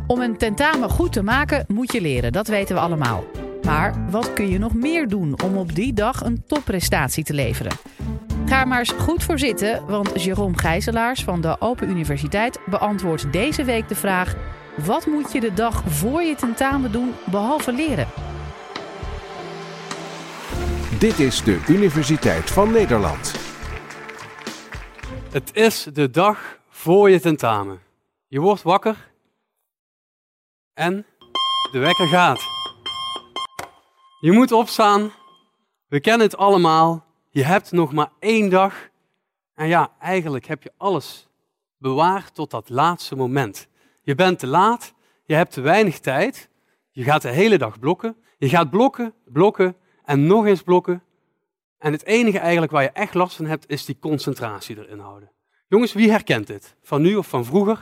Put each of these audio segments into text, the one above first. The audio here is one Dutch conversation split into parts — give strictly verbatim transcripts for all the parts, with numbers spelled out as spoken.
Om een tentamen goed te maken moet je leren, dat weten we allemaal. Maar wat kun je nog meer doen om op die dag een topprestatie te leveren? Ga er maar eens goed voor zitten, want Jérôme Gijselaars van de Open Universiteit beantwoordt deze week de vraag: wat moet je de dag voor je tentamen doen behalve leren? Dit is de Universiteit van Nederland. Het is de dag voor je tentamen. Je wordt wakker en de wekker gaat. Je moet opstaan. We kennen het allemaal. Je hebt nog maar één dag. En ja, eigenlijk heb je alles bewaard tot dat laatste moment. Je bent te laat. Je hebt te weinig tijd. Je gaat de hele dag blokken. Je gaat blokken, blokken en nog eens blokken. En het enige eigenlijk waar je echt last van hebt, is die concentratie erin houden. Jongens, wie herkent dit? Van nu of van vroeger?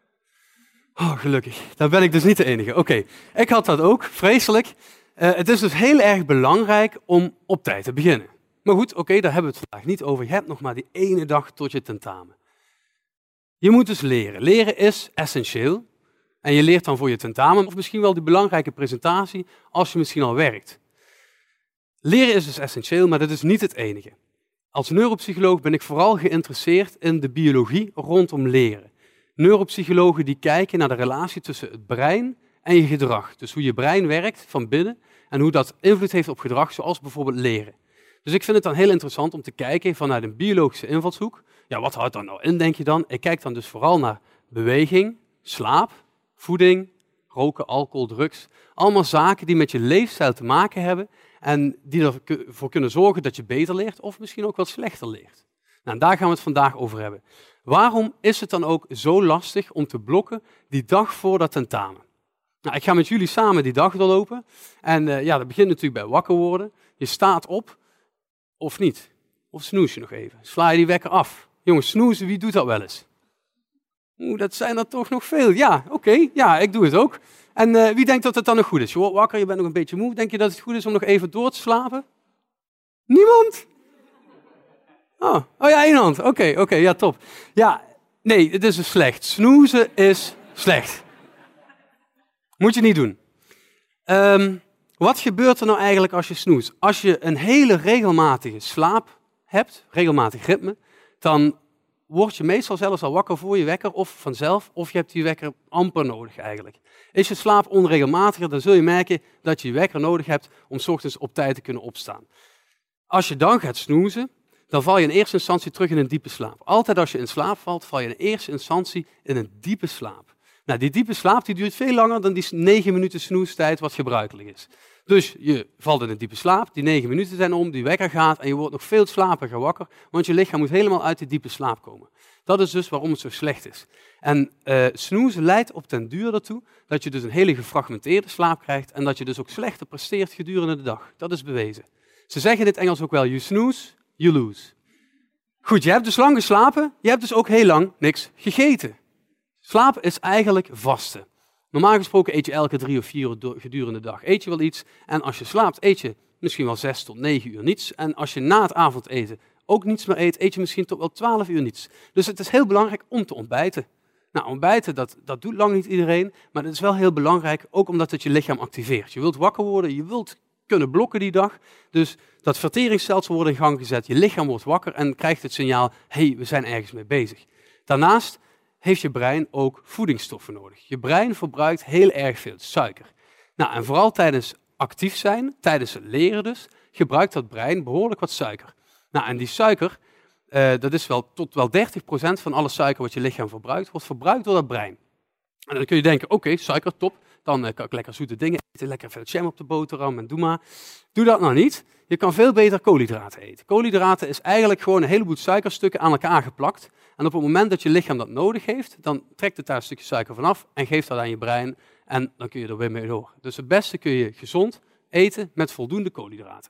Oh, gelukkig. Dan ben ik dus niet de enige. Oké, okay. Ik had dat ook. Vreselijk. Uh, het is dus heel erg belangrijk om op tijd te beginnen. Maar goed, oké, okay, daar hebben we het vandaag niet over. Je hebt nog maar die ene dag tot je tentamen. Je moet dus leren. Leren is essentieel. En je leert dan voor je tentamen, of misschien wel die belangrijke presentatie, als je misschien al werkt. Leren is dus essentieel, maar dat is niet het enige. Als neuropsycholoog ben ik vooral geïnteresseerd in de biologie rondom leren. Neuropsychologen die kijken naar de relatie tussen het brein en je gedrag. Dus hoe je brein werkt van binnen en hoe dat invloed heeft op gedrag, zoals bijvoorbeeld leren. Dus ik vind het dan heel interessant om te kijken vanuit een biologische invalshoek. Ja, wat houdt dat nou in, denk je dan? Ik kijk dan dus vooral naar beweging, slaap, voeding, roken, alcohol, drugs. Allemaal zaken die met je leefstijl te maken hebben en die ervoor kunnen zorgen dat je beter leert of misschien ook wat slechter leert. Nou, daar gaan we het vandaag over hebben. Waarom is het dan ook zo lastig om te blokken die dag voor dat tentamen? Nou, ik ga met jullie samen die dag doorlopen. En uh, ja, dat begint natuurlijk bij wakker worden. Je staat op, of niet? Of snoes je nog even? Sla je die wekker af? Jongens, snoezen, wie doet dat wel eens? Oeh, dat zijn er toch nog veel. Ja, oké, okay, ja, ik doe het ook. En uh, wie denkt dat het dan nog goed is? Je wordt wakker, je bent nog een beetje moe. Denk je dat het goed is om nog even door te slapen? Niemand? Oh, oh ja, één hand. Oké, okay, oké, okay, ja, top. Ja, nee, het is dus slecht. Snoezen is slecht. Moet je niet doen. Um, wat gebeurt er nou eigenlijk als je snoest? Als je een hele regelmatige slaap hebt, regelmatig ritme, dan word je meestal zelfs al wakker voor je wekker of vanzelf, of je hebt die wekker amper nodig eigenlijk. Is je slaap onregelmatiger, dan zul je merken dat je je wekker nodig hebt om 's ochtends op tijd te kunnen opstaan. Als je dan gaat snoezen, dan val je in eerste instantie terug in een diepe slaap. Altijd als je in slaap valt, val je in eerste instantie in een diepe slaap. Nou, die diepe slaap die duurt veel langer dan die negen minuten snoestijd wat gebruikelijk is. Dus je valt in een diepe slaap, die negen minuten zijn om, die wekker gaat en je wordt nog veel slaperiger wakker, want je lichaam moet helemaal uit die diepe slaap komen. Dat is dus waarom het zo slecht is. En uh, snoezen leidt op den duur ertoe dat je dus een hele gefragmenteerde slaap krijgt en dat je dus ook slechter presteert gedurende de dag. Dat is bewezen. Ze zeggen in het Engels ook wel, you snooze, you lose. Goed, je hebt dus lang geslapen, je hebt dus ook heel lang niks gegeten. Slaap is eigenlijk vasten. Normaal gesproken eet je elke drie of vier uur gedurende de dag. Eet je wel iets en als je slaapt eet je misschien wel zes tot negen uur niets. En als je na het avondeten ook niets meer eet, eet je misschien tot wel twaalf uur niets. Dus het is heel belangrijk om te ontbijten. Nou, ontbijten, dat, dat doet lang niet iedereen, maar het is wel heel belangrijk, ook omdat het je lichaam activeert. Je wilt wakker worden, je wilt kunnen blokken die dag. Dus dat verteringsstelsel wordt in gang gezet, je lichaam wordt wakker en krijgt het signaal, hé, hey, we zijn ergens mee bezig. Daarnaast heeft je brein ook voedingsstoffen nodig. Je brein verbruikt heel erg veel suiker. Nou, en vooral tijdens actief zijn, tijdens het leren dus, gebruikt dat brein behoorlijk wat suiker. Nou, en die suiker, uh, dat is wel tot wel dertig procent van alle suiker wat je lichaam verbruikt, wordt verbruikt door dat brein. En dan kun je denken, oké, okay, suiker, top, dan uh, kan ik lekker zoete dingen eten, lekker veel jam op de boterham en doe maar. Doe dat nou niet. Je kan veel beter koolhydraten eten. Koolhydraten is eigenlijk gewoon een heleboel suikerstukken aan elkaar geplakt. En op het moment dat je lichaam dat nodig heeft, dan trekt het daar een stukje suiker vanaf en geeft dat aan je brein. En dan kun je er weer mee door. Dus het beste kun je gezond eten met voldoende koolhydraten.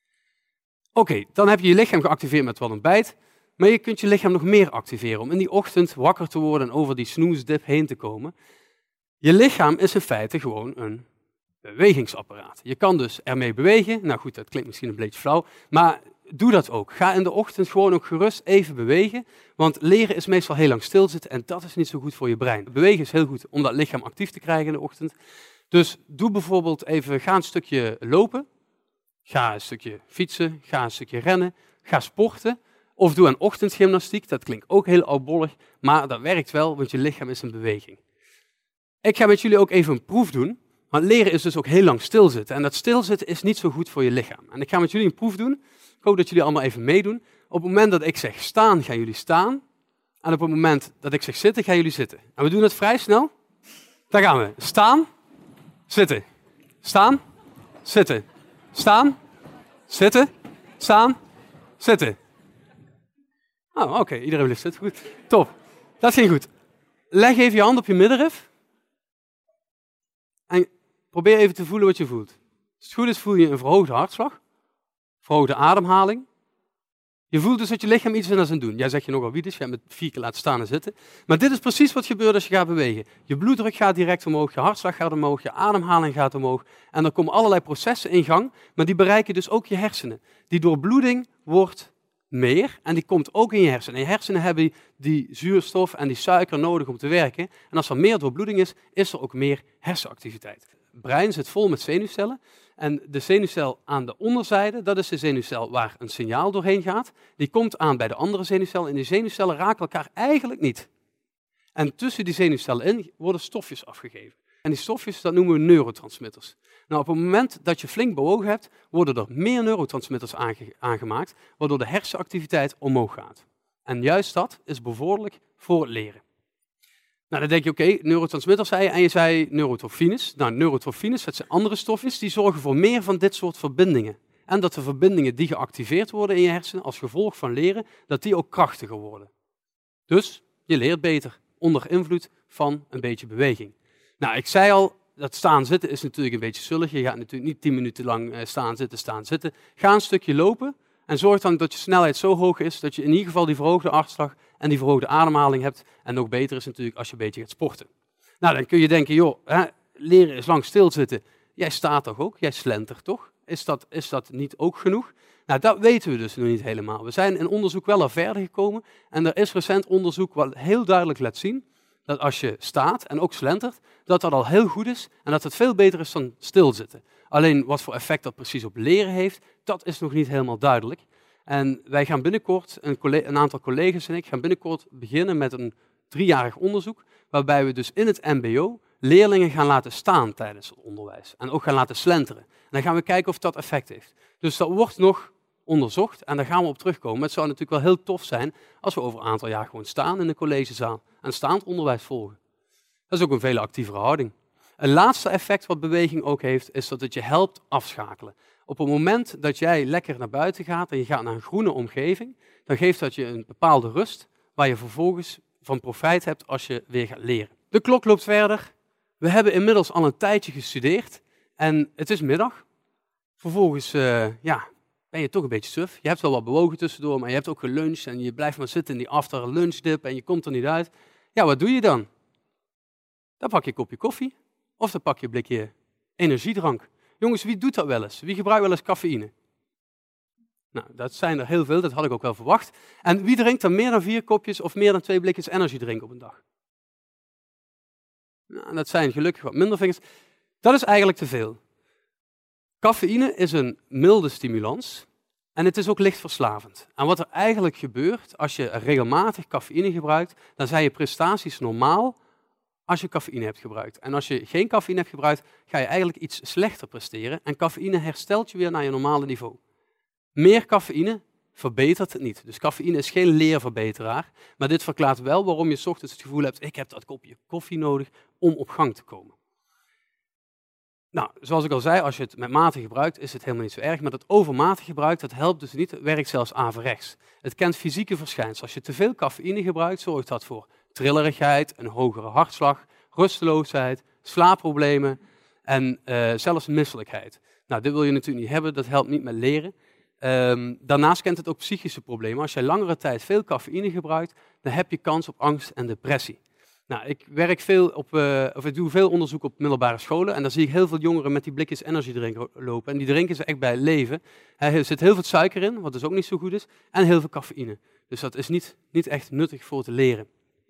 Oké, okay, dan heb je je lichaam geactiveerd met wat ontbijt. Maar je kunt je lichaam nog meer activeren om in die ochtend wakker te worden en over die snoesdip heen te komen. Je lichaam is in feite gewoon een bewegingsapparaat. Je kan dus ermee bewegen. Nou goed, dat klinkt misschien een beetje flauw. Maar doe dat ook. Ga in de ochtend gewoon ook gerust even bewegen, want leren is meestal heel lang stilzitten en dat is niet zo goed voor je brein. Bewegen is heel goed om dat lichaam actief te krijgen in de ochtend. Dus doe bijvoorbeeld even, ga een stukje lopen, ga een stukje fietsen, ga een stukje rennen, ga sporten. Of doe aan ochtendgymnastiek, dat klinkt ook heel oudbollig, maar dat werkt wel, want je lichaam is in beweging. Ik ga met jullie ook even een proef doen, want leren is dus ook heel lang stilzitten. En dat stilzitten is niet zo goed voor je lichaam. En ik ga met jullie een proef doen, ik hoop dat jullie allemaal even meedoen. Op het moment dat ik zeg staan, gaan jullie staan. En op het moment dat ik zeg zitten, gaan jullie zitten. En we doen het vrij snel. Daar gaan we. Staan, zitten. Staan, zitten. Staan, zitten. Staan, zitten. Oh, oké. Okay. Iedereen blijft zitten. Goed. Top. Dat ging goed. Leg even je hand op je middenrif. En probeer even te voelen wat je voelt. Als het goed is, voel je een verhoogde hartslag. Verhoogde ademhaling. Je voelt dus dat je lichaam iets is aan het doen. Jij zegt je nogal wie dus, je hebt met vier keer laten staan en zitten. Maar dit is precies wat gebeurt als je gaat bewegen. Je bloeddruk gaat direct omhoog, je hartslag gaat omhoog, je ademhaling gaat omhoog. En er komen allerlei processen in gang, maar die bereiken dus ook je hersenen. Die doorbloeding wordt meer en die komt ook in je hersenen. En je hersenen hebben die zuurstof en die suiker nodig om te werken. En als er meer doorbloeding is, is er ook meer hersenactiviteit. Het brein zit vol met zenuwcellen. En de zenuwcel aan de onderzijde, dat is de zenuwcel waar een signaal doorheen gaat. Die komt aan bij de andere zenuwcel en die zenuwcellen raken elkaar eigenlijk niet. En tussen die zenuwcellen in worden stofjes afgegeven. En die stofjes, dat noemen we neurotransmitters. Nou, op het moment dat je flink bewogen hebt, worden er meer neurotransmitters aange- aangemaakt, waardoor de hersenactiviteit omhoog gaat. En juist dat is bevorderlijk voor het leren. Nou, dan denk je, oké, okay, neurotransmitters zei je, en je zei neurotrofines. Nou, neurotrofines, dat zijn andere stofjes, die zorgen voor meer van dit soort verbindingen. En dat de verbindingen die geactiveerd worden in je hersenen als gevolg van leren, dat die ook krachtiger worden. Dus, je leert beter, onder invloed van een beetje beweging. Nou, ik zei al, dat staan zitten is natuurlijk een beetje zullig. Je gaat natuurlijk niet tien minuten lang staan zitten, staan zitten. Ga een stukje lopen en zorg dan dat je snelheid zo hoog is, dat je in ieder geval die verhoogde hartslag en die verhoogde ademhaling hebt. En nog beter is natuurlijk als je een beetje gaat sporten. Nou, dan kun je denken, joh, hè, leren is lang stilzitten. Jij staat toch ook? Jij slentert toch? Is dat, is dat niet ook genoeg? Nou, dat weten we dus nog niet helemaal. We zijn in onderzoek wel al verder gekomen. En er is recent onderzoek wat heel duidelijk laat zien dat als je staat en ook slentert, dat dat al heel goed is en dat het veel beter is dan stilzitten. Alleen wat voor effect dat precies op leren heeft, dat is nog niet helemaal duidelijk. En wij gaan binnenkort, een, collega, een aantal collega's en ik, gaan binnenkort beginnen met een driejarig onderzoek, waarbij we dus in het mbo leerlingen gaan laten staan tijdens het onderwijs. En ook gaan laten slenteren. En dan gaan we kijken of dat effect heeft. Dus dat wordt nog onderzocht en daar gaan we op terugkomen. Het zou natuurlijk wel heel tof zijn als we over een aantal jaar gewoon staan in de collegezaal en staand onderwijs volgen. Dat is ook een veel actievere houding. Een laatste effect wat beweging ook heeft, is dat het je helpt afschakelen. Op het moment dat jij lekker naar buiten gaat en je gaat naar een groene omgeving, dan geeft dat je een bepaalde rust waar je vervolgens van profijt hebt als je weer gaat leren. De klok loopt verder. We hebben inmiddels al een tijdje gestudeerd en het is middag. Vervolgens uh, ja, ben je toch een beetje suf. Je hebt wel wat bewogen tussendoor, maar je hebt ook geluncht en je blijft maar zitten in die after lunch dip en je komt er niet uit. Ja, wat doe je dan? Dan pak je een kopje koffie of dan pak je een blikje energiedrank. Jongens, wie doet dat wel eens? Wie gebruikt wel eens cafeïne? Nou, dat zijn er heel veel, dat had ik ook wel verwacht. En wie drinkt dan meer dan vier kopjes of meer dan twee blikjes energiedrink op een dag? Nou, dat zijn gelukkig wat minder vingers. Dat is eigenlijk te veel. Cafeïne is een milde stimulans en het is ook licht verslavend. En wat er eigenlijk gebeurt als je regelmatig cafeïne gebruikt, dan zijn je prestaties normaal als je cafeïne hebt gebruikt. En als je geen cafeïne hebt gebruikt, ga je eigenlijk iets slechter presteren en cafeïne herstelt je weer naar je normale niveau. Meer cafeïne verbetert het niet. Dus cafeïne is geen leerverbeteraar, maar dit verklaart wel waarom je 's ochtends het gevoel hebt, ik heb dat kopje koffie nodig om op gang te komen. Nou, zoals ik al zei, als je het met mate gebruikt, is het helemaal niet zo erg, maar dat overmatig gebruik, dat helpt dus niet, het werkt zelfs averechts. Het kent fysieke verschijnselen. Als je te veel cafeïne gebruikt, zorgt dat voor trillerigheid, een hogere hartslag, rusteloosheid, slaapproblemen en uh, zelfs misselijkheid. Nou, dit wil je natuurlijk niet hebben, dat helpt niet met leren. Um, daarnaast kent het ook psychische problemen. Als je langere tijd veel cafeïne gebruikt, dan heb je kans op angst en depressie. Nou, ik werk veel op, uh, of ik doe veel onderzoek op middelbare scholen en daar zie ik heel veel jongeren met die blikjes energy drink lopen. En die drinken ze echt bij leven. Er zit heel veel suiker in, wat dus ook niet zo goed is, en heel veel cafeïne. Dus dat is niet, niet echt nuttig voor te leren.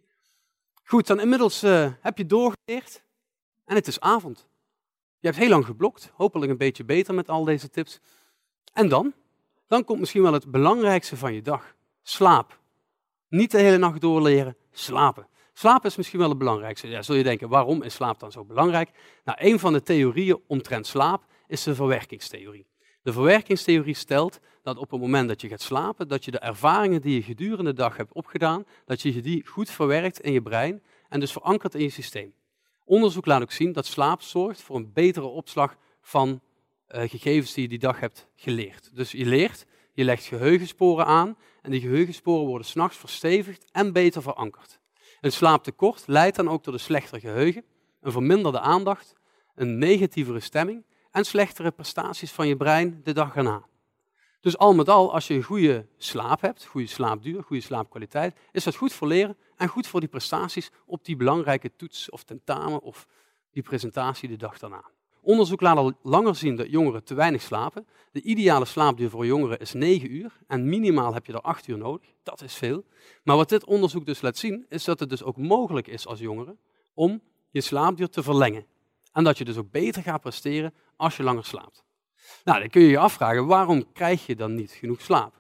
Goed, dan inmiddels uh, heb je doorgeleerd en het is avond. Je hebt heel lang geblokt, hopelijk een beetje beter met al deze tips. En dan? Dan komt misschien wel het belangrijkste van je dag. Slaap. Niet de hele nacht doorleren, slapen. Slaap is misschien wel het belangrijkste. Ja, zul je denken, waarom is slaap dan zo belangrijk? Nou, een van de theorieën omtrent slaap is de verwerkingstheorie. De verwerkingstheorie stelt dat op het moment dat je gaat slapen, dat je de ervaringen die je gedurende de dag hebt opgedaan, dat je die goed verwerkt in je brein en dus verankert in je systeem. Onderzoek laat ook zien dat slaap zorgt voor een betere opslag van uh, gegevens die je die dag hebt geleerd. Dus je leert, je legt geheugensporen aan en die geheugensporen worden 's nachts verstevigd en beter verankerd. Een slaaptekort leidt dan ook tot een slechter geheugen, een verminderde aandacht, een negatievere stemming en slechtere prestaties van je brein de dag erna. Dus al met al, als je een goede slaap hebt, goede slaapduur, goede slaapkwaliteit, is dat goed voor leren en goed voor die prestaties op die belangrijke toets of tentamen of die presentatie de dag daarna. Onderzoek laat al langer zien dat jongeren te weinig slapen. De ideale slaapduur voor jongeren is negen uur en minimaal heb je er acht uur nodig. Dat is veel. Maar wat dit onderzoek dus laat zien, is dat het dus ook mogelijk is als jongere om je slaapduur te verlengen. En dat je dus ook beter gaat presteren als je langer slaapt. Nou, dan kun je je afvragen, waarom krijg je dan niet genoeg slaap?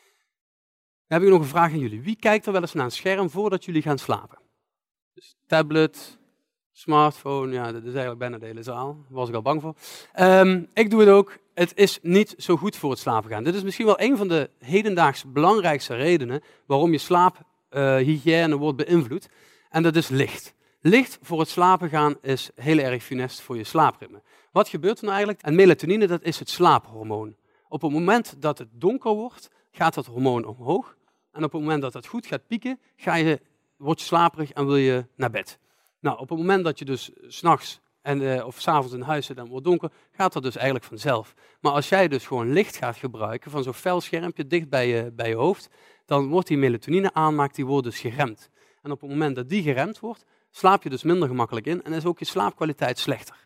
Dan heb ik nog een vraag aan jullie. Wie kijkt er wel eens naar een scherm voordat jullie gaan slapen? Dus tablet, smartphone, ja, dat is eigenlijk bijna de hele zaal. Daar was ik al bang voor. Um, ik doe het ook. Het is niet zo goed voor het slapen gaan. Dit is misschien wel een van de hedendaags belangrijkste redenen waarom je slaaphygiëne uh, wordt beïnvloed. En dat is licht. Licht voor het slapen gaan is heel erg funest voor je slaapritme. Wat gebeurt er nou eigenlijk? En melatonine, dat is het slaaphormoon. Op het moment dat het donker wordt, gaat dat hormoon omhoog. En op het moment dat het goed gaat pieken, ga je, word je slaperig en wil je naar bed. Nou, op het moment dat je dus 's nachts en uh, of 's avonds in huis zit en het wordt donker, gaat dat dus eigenlijk vanzelf. Maar als jij dus gewoon licht gaat gebruiken van zo'n fel schermpje dicht bij je, bij je hoofd, dan wordt die melatonine aanmaak, die wordt dus geremd. En op het moment dat die geremd wordt, slaap je dus minder gemakkelijk in en is ook je slaapkwaliteit slechter.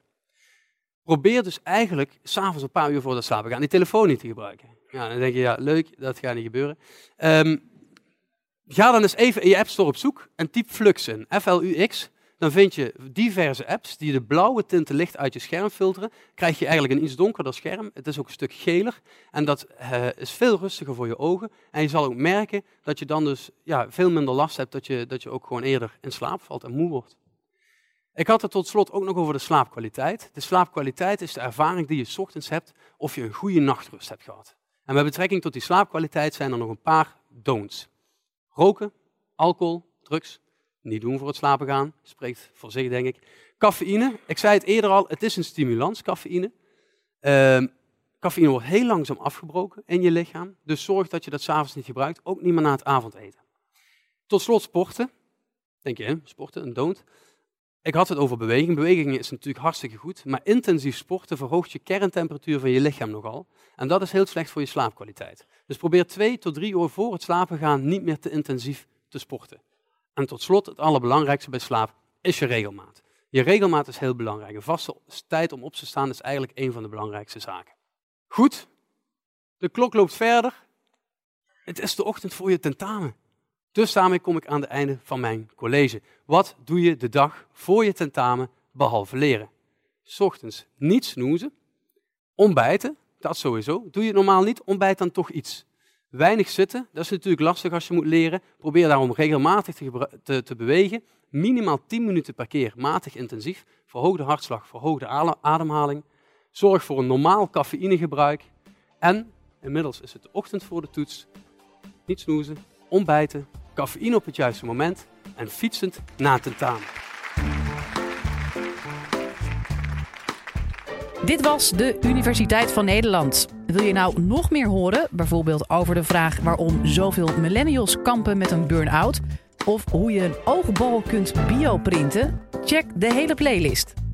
Probeer dus eigenlijk 's avonds een paar uur voor het slapen gaan die telefoon niet te gebruiken. Ja, dan denk je, ja, leuk, dat gaat niet gebeuren. Um, ga dan eens even in je App Store op zoek en typ Flux in, F L U X. Dan vind je diverse apps die de blauwe tinten licht uit je scherm filteren. Krijg je eigenlijk een iets donkerder scherm. Het is ook een stuk geler en dat uh, is veel rustiger voor je ogen. En je zal ook merken dat je dan dus ja, veel minder last hebt, dat je, dat je ook gewoon eerder in slaap valt en moe wordt. Ik had het tot slot ook nog over de slaapkwaliteit. De slaapkwaliteit is de ervaring die je 's ochtends hebt of je een goede nachtrust hebt gehad. En met betrekking tot die slaapkwaliteit zijn er nog een paar don'ts. Roken, alcohol, drugs. Niet doen voor het slapen gaan, spreekt voor zich denk ik. Cafeïne, ik zei het eerder al, het is een stimulans, cafeïne. Uh, cafeïne wordt heel langzaam afgebroken in je lichaam, dus zorg dat je dat 's avonds niet gebruikt, ook niet meer na het avondeten. Tot slot sporten, denk je, hè? Sporten, een don't. Ik had het over beweging, beweging is natuurlijk hartstikke goed, maar intensief sporten verhoogt je kerntemperatuur van je lichaam nogal. En dat is heel slecht voor je slaapkwaliteit. Dus probeer twee tot drie uur voor het slapen gaan niet meer te intensief te sporten. En tot slot, het allerbelangrijkste bij slaap is je regelmaat. Je regelmaat is heel belangrijk. Een vaste tijd om op te staan is eigenlijk een van de belangrijkste zaken. Goed, de klok loopt verder. Het is de ochtend voor je tentamen. Dus daarmee kom ik aan het einde van mijn college. Wat doe je de dag voor je tentamen behalve leren? 's Ochtends niet snoezen. Ontbijten, dat sowieso. Doe je het normaal niet, ontbijt dan toch iets. Weinig zitten, dat is natuurlijk lastig als je moet leren. Probeer daarom regelmatig te, te, te bewegen. Minimaal tien minuten per keer, matig intensief. Verhoog de hartslag, verhoog de ademhaling. Zorg voor een normaal cafeïnegebruik. En, inmiddels is het de ochtend voor de toets. Niet snoezen, ontbijten, cafeïne op het juiste moment en fietsend na het tentamen. Dit was de Universiteit van Nederland. Wil je nou nog meer horen, bijvoorbeeld over de vraag waarom zoveel millennials kampen met een burn-out? Of hoe je een oogbal kunt bioprinten? Check de hele playlist.